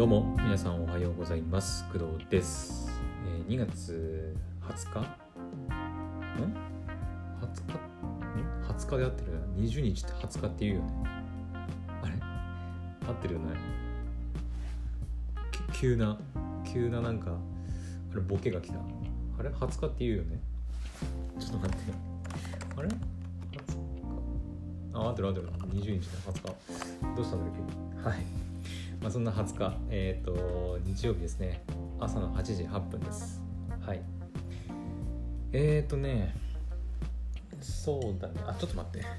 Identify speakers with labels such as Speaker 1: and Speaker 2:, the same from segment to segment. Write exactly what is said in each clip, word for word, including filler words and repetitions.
Speaker 1: どうも皆さんおはようございます。工藤です。えー、にがつはつかん ?はつか? ん ?はつ 日で合ってるな。にじゅうにちってはつかって言うよね。あれ合ってるよね。急な急ななんかあれボケが来た。あれはつかって言うよね。ちょっと待ってよ。あれはつかあ、合ってる合ってる。にじゅうにちだ。はつか。どうしたんだっけ。はい。まあ、そんなはつか、えっと、日曜日ですね。朝のはちじはっぷんです。はい。えっとね、そうだね。あ、ちょっと待って。はい。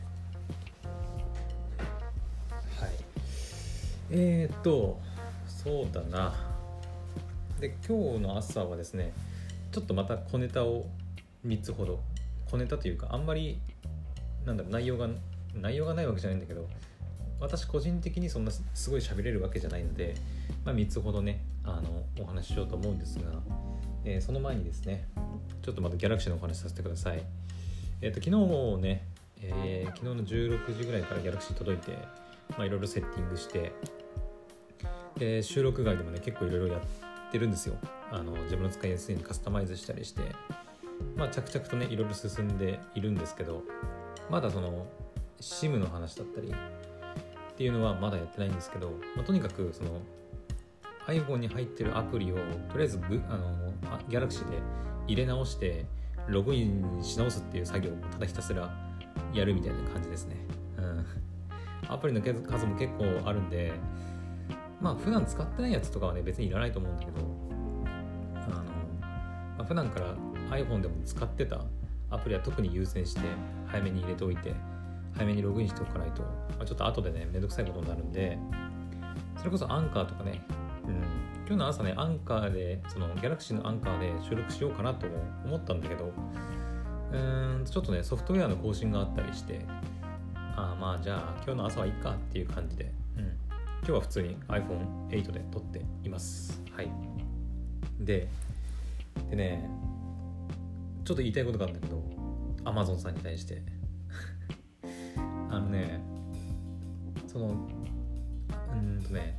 Speaker 1: えっと、そうだな。で、今日の朝はですね、ちょっとまた小ネタをみっつほど。小ネタというか、あんまり、なんだろう、内容が、内容がないわけじゃないんだけど、私個人的にそんなすごい喋れるわけじゃないので、まあ、みっつほどねあのお話ししようと思うんですが、えー、その前にですねちょっとまたギャラクシーのお話させてください。えっと昨日ね、えー、昨日のじゅうろくじぐらいからギャラクシー届いて、まあいろいろセッティングして、で収録外でもね結構いろいろやってるんですよ。あの自分の使いやすいようにカスタマイズしたりして、まあ着々とねいろいろ進んでいるんですけど、まだその SIM の話だったりっていうのはまだやってないんですけど、まあ、とにかくその iPhone に入ってるアプリをとりあえずぶあの Galaxy で入れ直してログインし直すっていう作業をただひたすらやるみたいな感じですね。うん、アプリの数も結構あるんで、まあ普段使ってないやつとかはね別にいらないと思うんだけど、あの、まあ、普段から iPhone でも使ってたアプリは特に優先して早めに入れておいて早めにログインしておかないと、まあ、ちょっと後でねめんどくさいことになるんで、それこそアンカーとかね、うん、今日の朝ねアンカーでそのギャラクシーのアンカーで収録しようかなと思ったんだけど、うーんちょっとねソフトウェアの更新があったりして、あまあじゃあ今日の朝はいいかっていう感じで、うん、今日は普通に アイフォンエイト で撮っています。はい。ででねちょっと言いたいことがあるんだけど、 Amazon さんに対してあのね、そのうんとね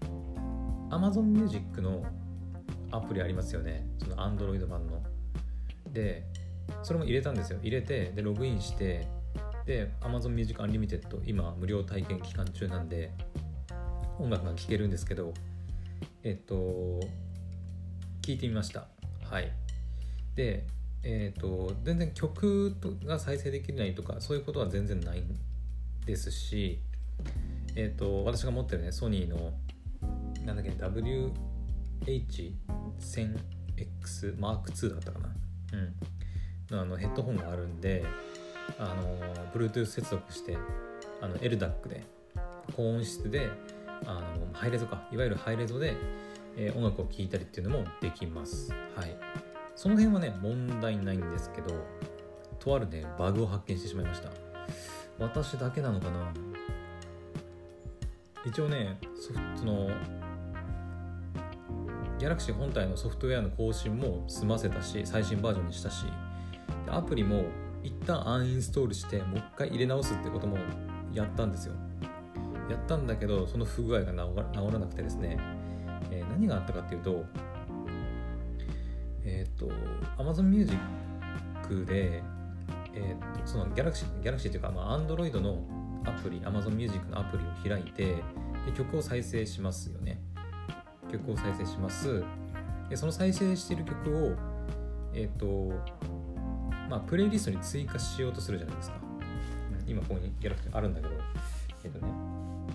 Speaker 1: Amazon Music のアプリありますよね。その Android 版ので、それも入れたんですよ。入れてでログインして、で Amazon Music Unlimited 今無料体験期間中なんで音楽が聴けるんですけど、えっと聴いてみました。はい。でえっと全然曲が再生できないとかそういうことは全然ないんですし、えっと私が持ってるねソニーのなんだっけ ダブリューエイチせんエックス マークツーだったかな、うん、あのヘッドホンがあるんで、あの Bluetooth 接続してあの エルダック で高音質であのハイレゾかいわゆるハイレゾで、えー、音楽を聴いたりっていうのもできます。はい。その辺はね問題ないんですけど、とあるねバグを発見してしまいました。私だけなのかな。一応ねソフトのギャラクシー本体のソフトウェアの更新も済ませたし最新バージョンにしたし、アプリも一旦アンインストールしてもう一回入れ直すってこともやったんですよ。やったんだけどその不具合が治ら、治らなくてですね、えー、何があったかっていうとえっ、ー、と Amazon Music で、えー、とその Galaxy Galaxy というか、まあ、Android のアプリ Amazon Music のアプリを開いて、で曲を再生しますよね。曲を再生します。でその再生している曲をえっ、ー、とまあプレイリストに追加しようとするじゃないですか。今ここに Galaxy あるんだけど、えっ、ー、とね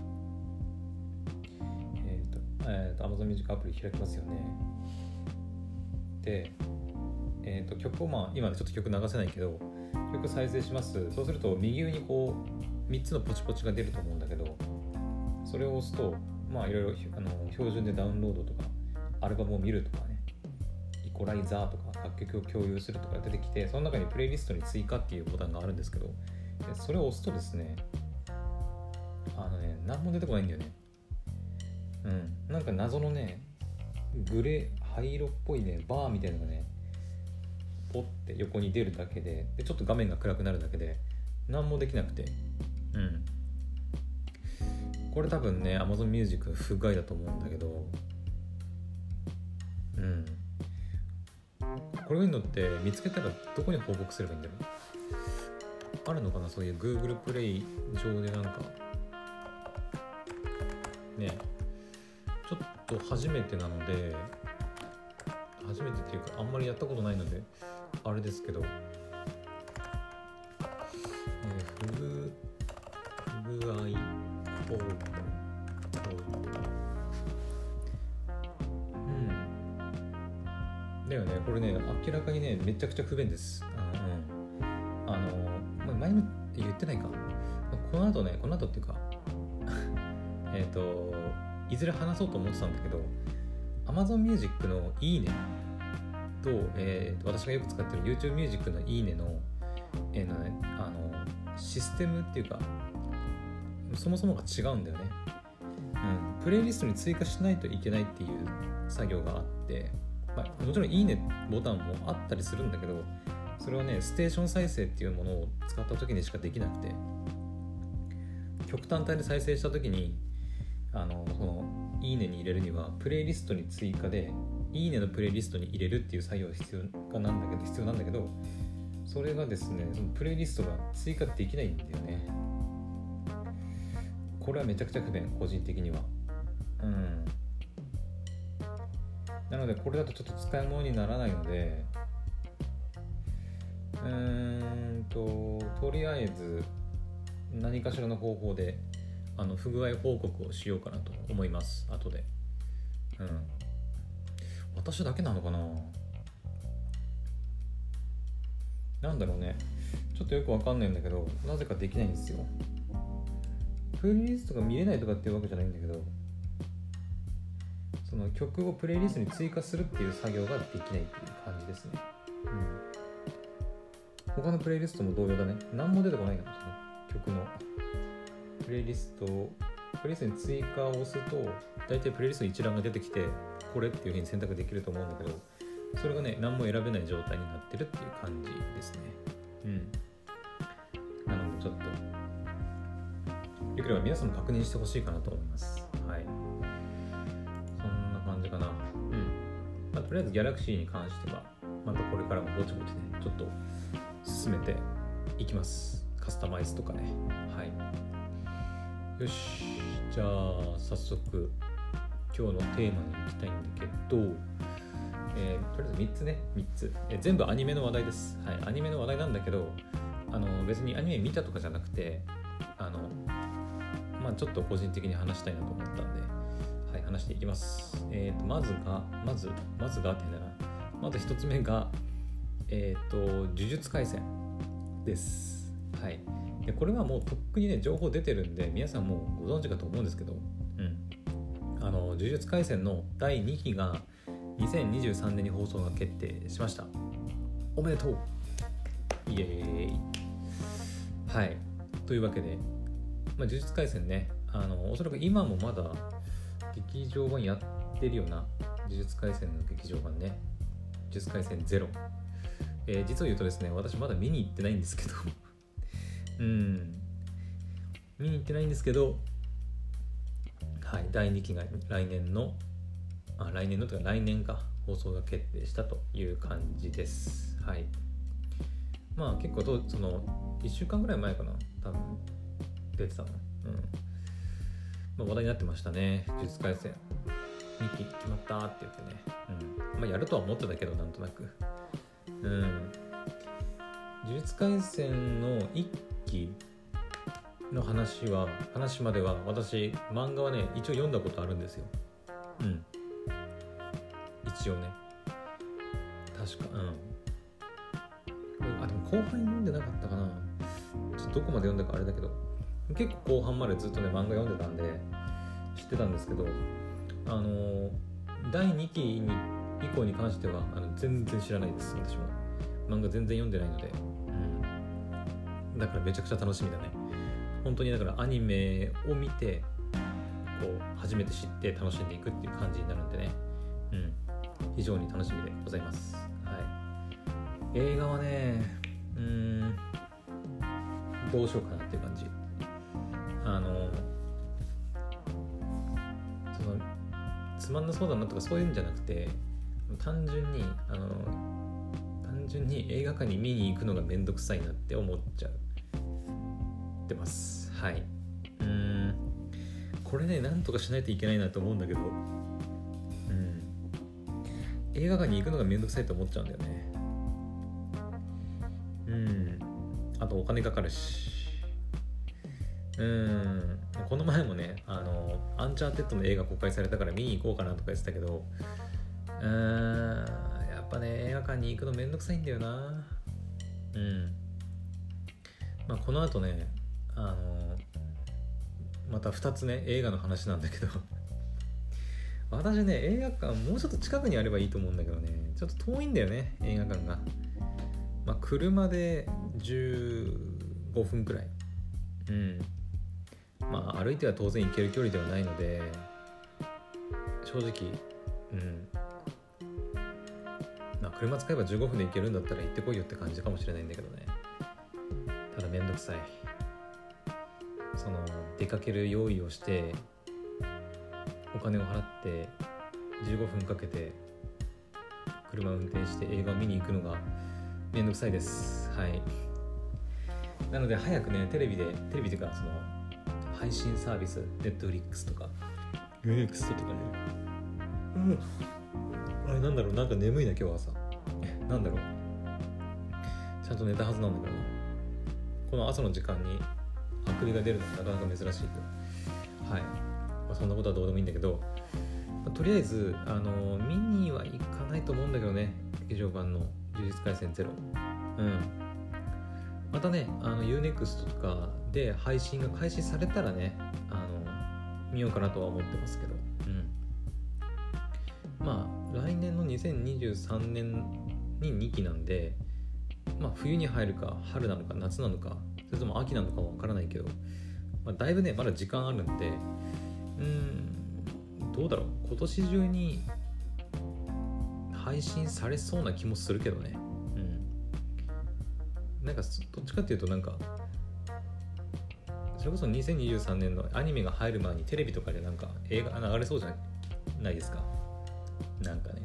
Speaker 1: えっ、ー、と,、えー、と Amazon Music アプリ開きますよね。で、えー、と曲をまあ今ちょっと曲流せないけど曲再生します。そうすると右上にこうみっつのポチポチが出ると思うんだけど、それを押すとまあいろいろあの標準でダウンロードとかアルバムを見るとかね、イコライザーとか楽曲を共有するとか出てきて、その中にプレイリストに追加っていうボタンがあるんですけど、それを押すとですね、あのね何も出てこないんだよね。うん、なんか謎のねグレー灰色っぽいねバーみたいなのがねポッて横に出るだけで、でちょっと画面が暗くなるだけで何もできなくて、うんこれ多分ね Amazon Music の不具合だと思うんだけど、 うんこれいうのって見つけたらどこに報告すればいいんだろう。あるのかな、そういう Google プレイ上でなんかね、ちょっと初めてなので、初めてっていうかあんまりやったことないのであれですけど、えー、不具不具合報告だよね。これね明らかにねめちゃくちゃ不便です。あの、うん、あの前も言ってないか、この後ねこの後っていうかえっといずれ話そうと思ってたんだけど Amazon Music のいいねと、えー、私がよく使ってる YouTube Music のいいねの、えーのね、あのシステムっていうかそもそもが違うんだよね、うん、プレイリストに追加しないといけないっていう作業があって、まあ、もちろんいいねボタンもあったりするんだけど、それはねステーション再生っていうものを使った時にしかできなくて、極端体で再生した時にあのそのいいねに入れるにはプレイリストに追加でいいねのプレイリストに入れるっていう作業が必要なんだけど必要なんだけどそれがですねそのプレイリストが追加できないんだよね。これはめちゃくちゃ不便、個人的には。うんなのでこれだとちょっと使い物にならないので、うーんととりあえず何かしらの方法であの不具合報告をしようかなと思います。後で。うん。私だけなのかな。なんだろうね。ちょっとよくわかんないんだけど、なぜかできないんですよ。プレイリストが見れないとかっていうわけじゃないんだけど、その曲をプレイリストに追加するっていう作業ができないっていう感じですね。うん。他のプレイリストも同様だね。何も出てこないな、曲の。プレイリストをプレイリストに追加を押すと大体プレイリストに一覧が出てきてこれっていう風に選択できると思うんだけど、それがね何も選べない状態になってるっていう感じですね。うんなのでちょっとよければ皆さんも確認してほしいかなと思います。はいそんな感じかな。うんまあとりあえずギャラクシーに関してはまたこれからもぼちぼちねちょっと進めていきます。カスタマイズとかね。はいよし、じゃあ早速今日のテーマに行きたいんだけど、えー、とりあえずみっつねみっつ、えー、全部アニメの話題です。はい、アニメの話題なんだけど、あの別にアニメ見たとかじゃなくて、あのまあちょっと個人的に話したいなと思ったんで、はい話していきます。えーとまずがまずまずがってなまず一つ目がえっ、ー、と呪術廻戦です。はい。でこれはもうとっくにね情報出てるんで皆さんもうご存知かと思うんですけど、うん、あの呪術廻戦のだいにきがにせんにじゅうさんねんに放送が決定しました。おめでとうイエーイ。はいというわけで、まあ、呪術廻戦ねあのおそらく今もまだ劇場版やってるような呪術廻戦の劇場版ね呪術廻戦ゼロ、えー、実を言うとですね私まだ見に行ってないんですけどうん見に行ってないんですけど、はいだいにきが来年のあ来年のというか来年か放送が決定したという感じです。はいまあ結構とそのいっしゅうかんぐらい前かな多分出てたの、うんまあ、話題になってましたね。呪術廻戦にき決まったって言ってね、うんまあやるとは思ってたけどなんとなくうん呪術廻戦のいっきの話は話までは私漫画はね一応読んだことあるんですよ。うん一応ね確かうんあでも後半読んでなかったかな。ちょっとどこまで読んだかあれだけど結構後半までずっとね漫画読んでたんで知ってたんですけど、あのー、だいにきに以降に関してはあの全然知らないです。私も漫画全然読んでないので、うん、だからめちゃくちゃ楽しみだね。本当にだからアニメを見てこう初めて知って楽しんでいくっていう感じになるんでね、うん、非常に楽しみでございます。はい、映画はねうーんどうしようかなっていう感じ。あのそのつまんなそうだなとかそういうんじゃなくて単純にあの単純に映画館に見に行くのがめんどくさいなって思っちゃってます。はい。うーんこれねなんとかしないといけないなと思うんだけど、うん映画館に行くのがめんどくさいと思っちゃうんだよね。うんあとお金かかるし、うんこの前もねあのアンチャーテッドの映画公開されたから見に行こうかなとか言ってたけど、うーんやっぱね映画館に行くのめんどくさいんだよな。うんまあこの後ねあのまたふたつね映画の話なんだけど私ね映画館もうちょっと近くにあればいいと思うんだけどね、ちょっと遠いんだよね映画館が。まあ車でじゅうごふんくらい、うんまあ歩いては当然行ける距離ではないので、正直うんまあ車使えばじゅうごふんで行けるんだったら行ってこいよって感じかもしれないんだけどね。ただめんどくさい。その出かける用意をしてお金を払ってじゅうごふんかけて車を運転して映画を見に行くのがめんどくさいです。はい。なので早くねテレビでテレビというかその配信サービス Netflix とか ユーネクスト とかね、うんあれなんだろうなんか眠いな今日朝なんだろうちゃんと寝たはずなんだけどな。この朝の時間にあくびが出るのはなかなか珍しいと。はい、まあ、そんなことはどうでもいいんだけど、まあ、とりあえずあの見には行かないと思うんだけどね劇場版の呪術廻戦ゼロ。うんまたねあの ユーネクスト とかで配信が開始されたらねあの見ようかなとは思ってますけど、うんまあ来年のにせんにじゅうさんねんににきなんで、まあ冬に入るか春なのか夏なのかそれとも秋なのかわからないけど、まあ、だいぶねまだ時間あるんで、うーんどうだろう今年中に配信されそうな気もするけどね。うんなんかどっちかっていうとなんかそれこそにせんにじゅうさんねんのアニメが入る前にテレビとかでなんか映画流れそうじゃないですか。なんかね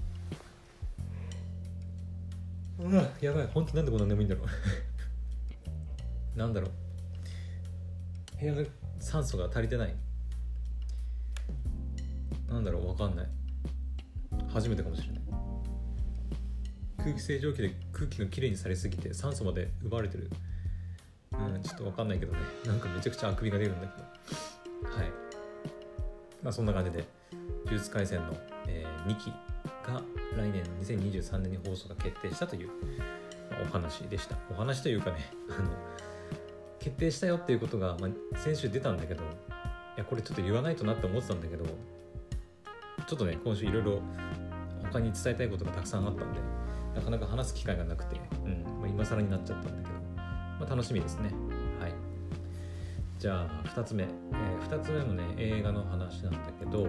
Speaker 1: うわやばい本当なんでこんな眠いんだろうなんだろう部屋の酸素が足りてないなんだろうわかんない初めてかもしれない。空気清浄機で空気のきれいにされすぎて酸素まで奪われてる。うんちょっとわかんないけどねなんかめちゃくちゃあくびが出るんだけど、はいまあそんな感じで呪術廻戦の、えー、にきが来年にせんにじゅうさんねんに放送が決定したという、まあ、お話でした。お話というかねあの決定したよっていうことが、まあ、先週出たんだけど、いやこれちょっと言わないとなって思ってたんだけど、ちょっとね今週いろいろ他に伝えたいことがたくさんあったんでなかなか話す機会がなくて、うんまあ、今更になっちゃったんだけど、まあ、楽しみですね。はいじゃあふたつめ、えー、ふたつめのね映画の話なんだけど、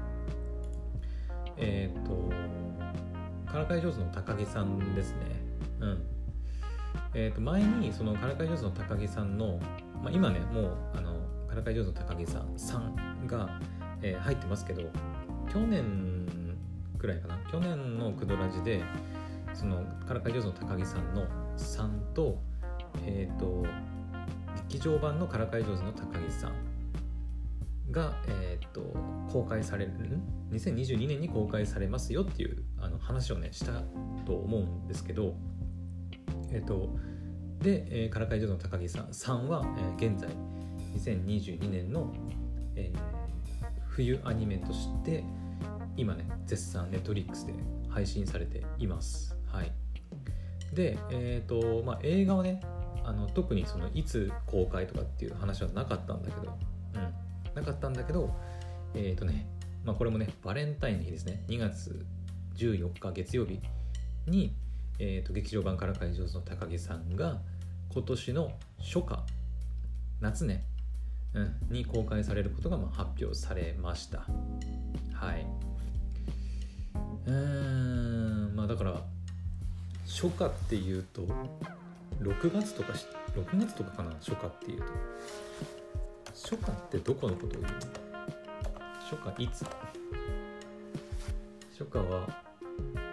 Speaker 1: えっ、ー、とからかい上手の高木さんですね。うんえー、と前にそのからかい上手の高木さんの、まあ、今ねもうあのからかい上手の高木さんさんが、えー、入ってますけど、去年くらいかな去年のクドラジでそのからかい上手の高木さんのさんとえっ、ー、と劇場版のからかい上手の高木さんが、えー、と公開されるにせんにじゅうにねんに公開されますよっていうあの話をねしたと思うんですけど、えー、とで、えー、からかい上手の高木さんさんは、えー、現在にせんにじゅうにねんの、えー、冬アニメとして今ね絶賛 Netflix で配信されています。はいで、えーとまあ、映画はねあの特にそのいつ公開とかっていう話はなかったんだけど、うん、なかったんだけどえーとね、まあ、これもねバレンタインの日ですねにがつじゅうよっか月曜日に、えーと劇場版からかい上手の高木さんが今年の初夏夏ね、うん、に公開されることがまあ発表されました。はい。うーんまあだから初夏っていうとろくがつとかろくがつとかかな初夏っていうと初夏ってどこのことを言うの？初夏いつ？初夏は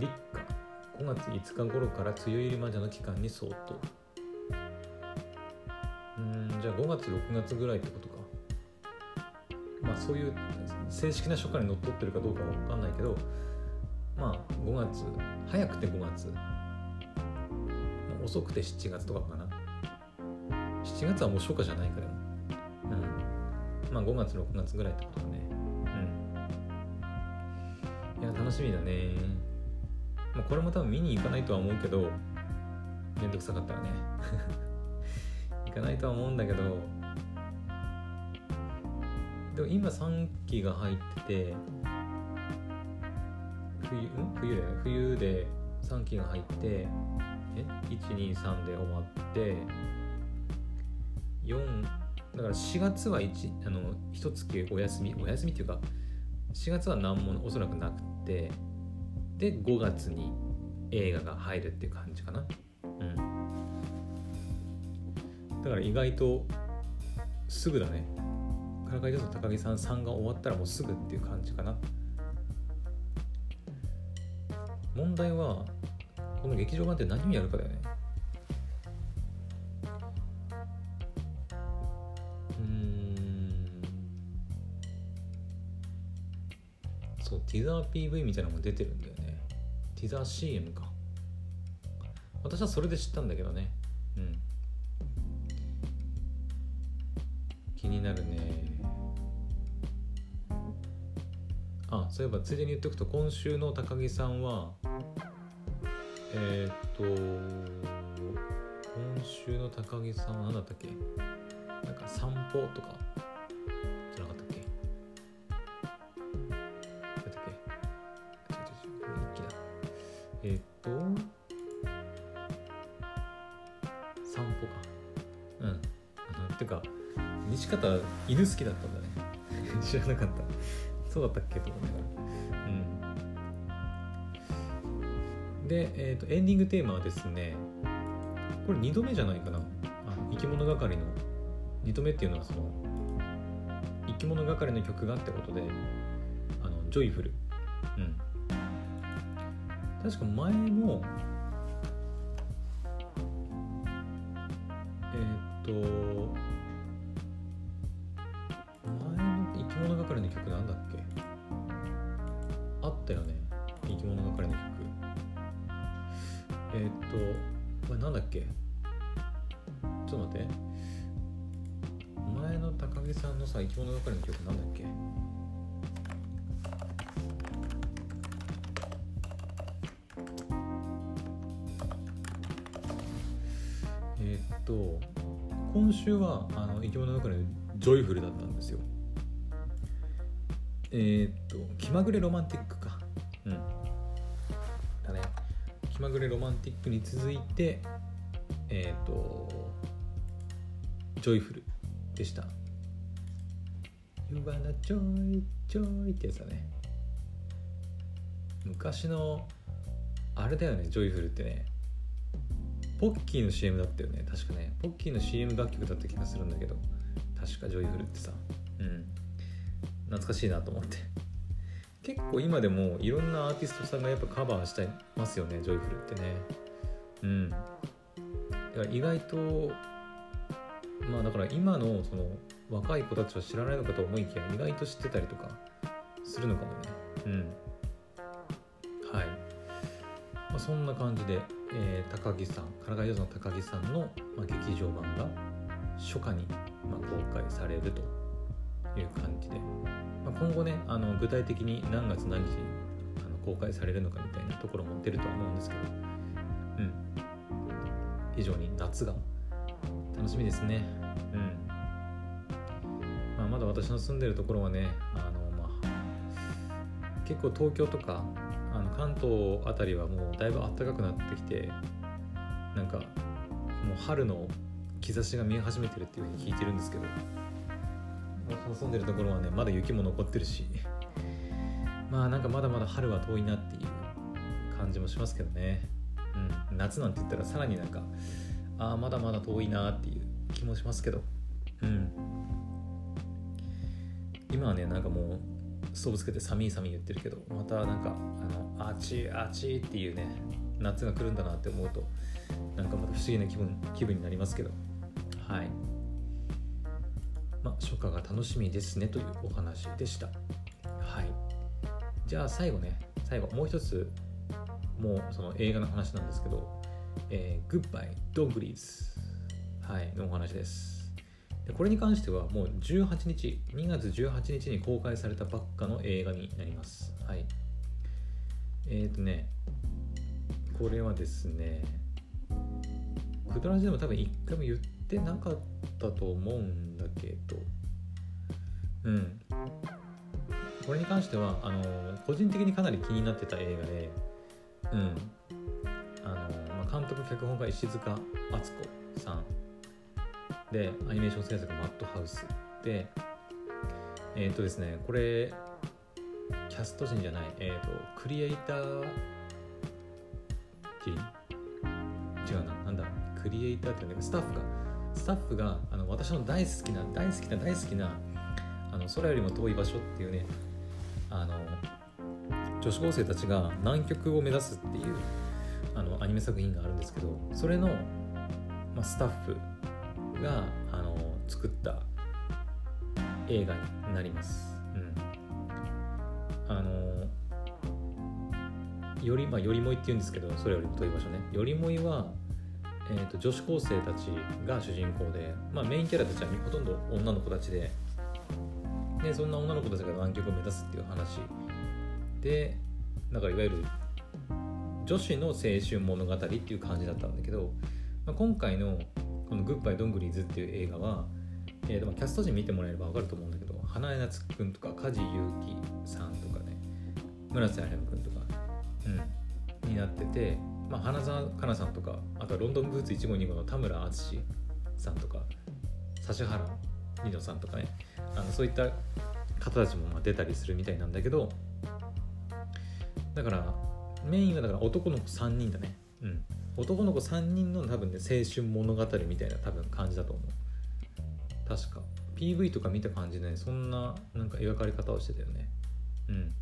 Speaker 1: 立夏ごがついつか頃から梅雨入りまでの期間に相当。うーんじゃあごがつろくがつぐらいってことか。まあそういう正式な書簡にのっとってるかどうかは分かんないけど、まあごがつ、早くてごがつ、遅くてしちがつとかかな。しちがつはもう初夏じゃないかでも、うん、まあごがつろくがつぐらいってことだね。うんいや楽しみだね。まあこれも多分見に行かないとは思うけど、めんどくさかったらね行かないとは思うんだけど、でも今さんきが入ってて、冬、ん冬だよね。冬でさんきが入って、え いちにさん で終わってよんだからしがつはいちあのいっつきお休みお休みっていうかしがつは何もおそらくなくて、でごがつに映画が入るっていう感じかな。うんだから意外とすぐだね。からかい上手の高木さんさんが終わったらもうすぐっていう感じかな。問題はこの劇場版って何をやるかだよね。うーんそうティザー ピーブイ みたいなのも出てるんだよね。ティザー シーエム か。私はそれで知ったんだけどね。うん気になるね。あ、そういえばついでに言っておくと、今週の高木さんはえー、っと今週の高木さんは何だったっけ。なんか散歩とかじゃなかったっけ。何だったっけ。違う違う違う、これ一気だ。えー、っと散歩か。うんあのてか西方犬好きだったんだね知らなかった。そうだったっけと思いながら。うんで、えーと、エンディングテーマはですね、これにどめじゃないかな。あ生き物係のにどめっていうのはその生き物係の曲がってことで、あのジョイフル、うん、確か前もえっ、ー、と前の生き物係の曲なんだっけ。あったよね、生き物係の曲。えー、っとこれなんだっけ。ちょっと待って、前の高木さんのさ生き物係の曲なんだっけ。えー、っと今週はあの生き物係のジョイフルだったんですよ。えー、っと気まぐれロマンティックか。うんだね。気まぐれロマンティックに続いてえー、っとジョイフルでした。 You wanna joy joy ってやつだね。昔のあれだよね、ジョイフルってね。ポッキーの シーエム だったよね確かね。ポッキーの シーエム 楽曲だった気がするんだけど、確かジョイフルってさ、うん懐かしいなと思って結構今でもいろんなアーティストさんがやっぱカバーしてますよね、ジョイフルってね。うんだから意外とまあだから今のその若い子たちは知らないのかと思いきや意外と知ってたりとかするのかもね。うんはい、まあ、そんな感じで、えー、高木さんからかい上手の高木さんの、まあ、劇場版が初夏に、まあ、公開されるという感じで、まあ、今後ねあの具体的に何月何日にあの公開されるのかみたいなところも出るとは思うんですけど、うん非常に夏が楽しみですね。うんまあ、まだ私の住んでるところはねあの、まあ、結構東京とかあの関東あたりはもうだいぶ暖かくなってきて、なんかもう春の兆しが見え始めてるっていうふうに聞いてるんですけど、私の住んでるところはねまだ雪も残ってるし、まあなんかまだまだ春は遠いなっていう感じもしますけどね。うん、夏なんて言ったらさらになんかあまだまだ遠いなっていう気もしますけど、うん今はねなんかもうストーブつけて寒い寒い言ってるけど、またなんかあのあちあちっていうね夏が来るんだなって思うとなんかまた不思議な気分気分になりますけど、はい、まあ初夏が楽しみですねというお話でした。はい、じゃあ最後ね最後もう一つもうその映画の話なんですけど、えー、グッバイドングリーズ、はい、のお話です。でこれに関してはもうじゅうはちにちにがつじゅうはちにちに公開されたばっかの映画になります。はい、えーとねこれはですねクドラジでも多分一回も言ってなかったと思うんだけど、うんこれに関してはあの個人的にかなり気になってた映画で、うんあの、まあ、監督脚本が石塚敦子さんでアニメーション制作マッドハウスで、えっとですねこれキャスト陣じゃない、えっとクリエイター陣違うななんだクリエイターっていうかスタッフがスタッフがあの私の大好きな大好きな大好きなあの空よりも遠い場所っていうねあの女子高生たちが南極を目指すっていうあのアニメ作品があるんですけど、それの、まあ、スタッフがあの作った映画になります。うん、あのよりまあよりもいって言うんですけど、それよりも遠い場所ね。よりもいは、えーと、女子高生たちが主人公で、まあ、メインキャラたちはほとんど女の子たちで、でそんな女の子たちが南極を目指すっていう話で、だからいわゆる女子の青春物語っていう感じだったんだけど、まあ、今回のこのグッバイドングリーズっていう映画は、えーとまあ、キャスト陣見てもらえれば分かると思うんだけど、花江夏樹くんとか梶裕貴さんとかね、村瀬彩くんとか、うん、になってて、まあ、花澤香菜さんとか、あとはロンドンブーツいちごにごの田村淳さんとか指原莉乃さんとかね、あのそういった方たちもまあ出たりするみたいなんだけど、だからメインはだから男の子さんにんだね、うん、男の子さんにんの多分ね青春物語みたいな多分感じだと思う。確か ピーブイ とか見た感じで、ね、そんななんか描かれ方をしてたよね。うん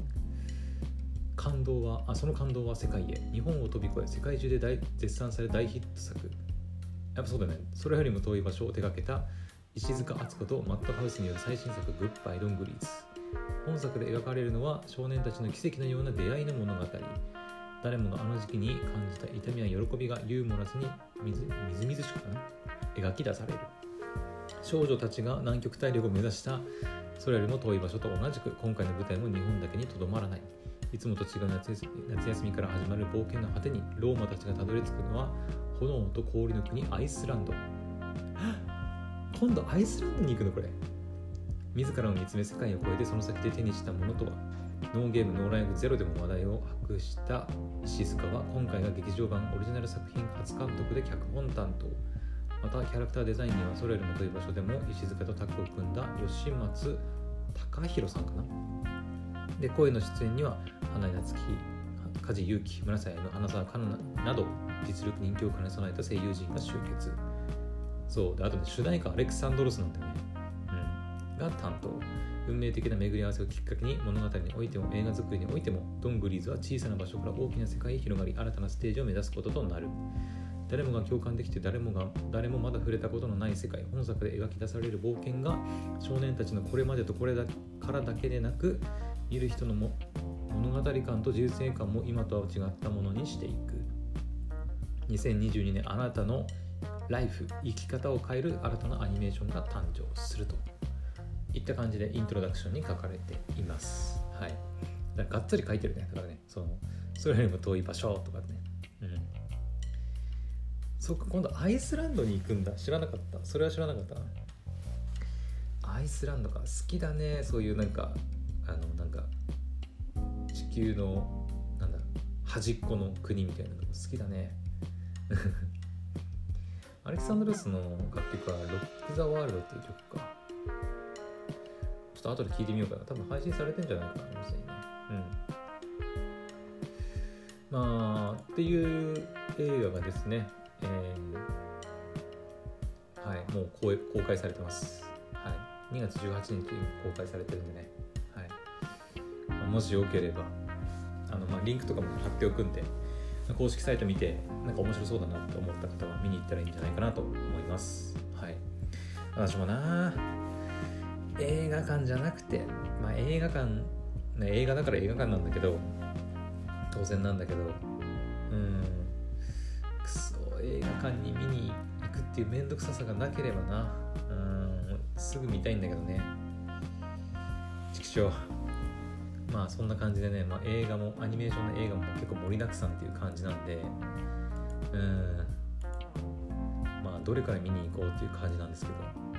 Speaker 1: 感動はあその感動は世界へ、日本を飛び越え世界中で大絶賛され大ヒット作、やっぱそうだね、それよりも遠い場所を手掛けた石塚敦子とマッドハウスによる最新作グッバイドングリーズ。本作で描かれるのは少年たちの奇跡のような出会いの物語。誰もがあの時期に感じた痛みや喜びがユーモラスにみずみずみずしくかな描き出される。少女たちが南極大陸を目指したそれよりも遠い場所と同じく、今回の舞台も日本だけにとどまらない。いつもと違う夏休み、夏休みから始まる冒険の果てにローマたちがたどり着くのは炎と氷の国アイスランド。今度アイスランドに行くのこれ。自らを見つめ世界を超えてその先で手にしたものとは。ノーゲームノーライフゼロでも話題を博した石塚は今回が劇場版オリジナル作品初監督で脚本担当。またキャラクターデザインにはそれよりも遠い場所でも石塚とタッグを組んだ吉松隆弘さんかな。で声の出演には花江夏樹、梶裕貴、村瀬彩の花澤香菜など実力人気を兼ね備えた声優陣が集結。そうで、あとね主題歌アレクサンドロスなんだよね、うん、が担当。運命的な巡り合わせをきっかけに物語においても映画作りにおいてもドングリーズは小さな場所から大きな世界へ広がり、新たなステージを目指すこととなる。誰もが共感できて誰もが誰もまだ触れたことのない世界、本作で描き出される冒険が少年たちのこれまでとこれだからだけでなく、見る人のも物語感と人生観も今とは違ったものにしていく。にせんにじゅうにねんあなたのライフ、生き方を変える新たなアニメーションが誕生するといった感じでイントロダクションに書かれています。はい。だからがっつり書いてるね。だからね、そのそれよりも遠い場所とかね。うん。そっか、今度アイスランドに行くんだ。知らなかった。それは知らなかったな。アイスランドか、好きだね。そういうなんかあのなんか地球のなんだ端っこの国みたいなのが好きだね。アレクサンドロスの楽曲はロック・ザ・ワールドっていう曲か。ちょっと後で聴いてみようかな。多分配信されてんじゃないかな、もしね。うん。まあっていう映画がですね、えー、はいもう公開されてます。はい。にがつじゅうはちにちに公開されてるんでね。はい。 もしよければあの、まあ、リンクとかも貼っておくんで公式サイト見てなんか面白そうだなと思った方は見に行ったらいいんじゃないかなと思います。はい。私もな映画館じゃなくて、まあ映画館、ね、映画だから映画館なんだけど当然なんだけど、うんくそ映画館に見に行くっていうめんどくささがなければな、うんすぐ見たいんだけどね。ちくしょう。まあそんな感じでね、まあ、映画もアニメーションの映画も結構盛りだくさんっていう感じなんで、うんまあどれから見に行こうっていう感じなんですけど、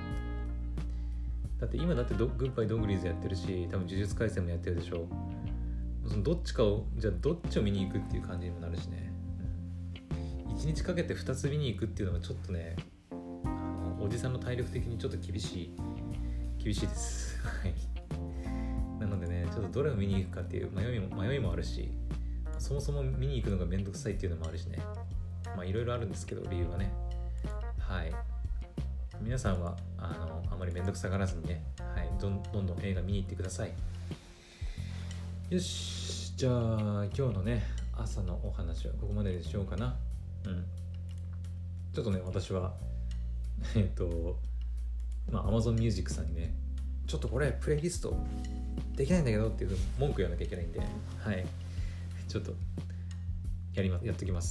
Speaker 1: だって今だってグッバイドングリーズやってるし、多分呪術廻戦もやってるでしょ。そのどっちかをじゃあどっちを見に行くっていう感じにもなるしね、うん、いちにちかけてふたつ見に行くっていうのがちょっとね、あのおじさんの体力的にちょっと厳しい厳しいですはいなのでね、ちょっとどれを見に行くかっていう迷いも迷いもあるし、そもそも見に行くのがめんどくさいっていうのもあるしね、まあいろいろあるんですけど理由はね。はい。皆さんはあのあまりめんどくさがらずにね、はい、どんどんどん映画見に行ってください。よし、じゃあ今日のね朝のお話はここまでにしようかな。うん。ちょっとね私はえっとまあ Amazon Music さんにね、ちょっとこれプレイリストできないんだけどっていう文句言わなきゃいけないんで、はいちょっとやりまやってきます。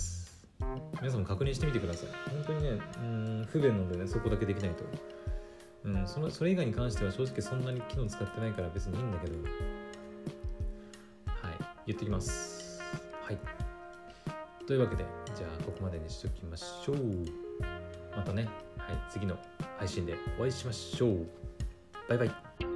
Speaker 1: 皆さんも確認してみてください。本当にね、うーん不便なんでね、そこだけできないと、うん、そのそれ以外に関しては正直そんなに機能使ってないから別にいいんだけど、はい言ってきます。はいというわけで、じゃあここまでにしておきましょう。またね、はい次の配信でお会いしましょう。バイバイ。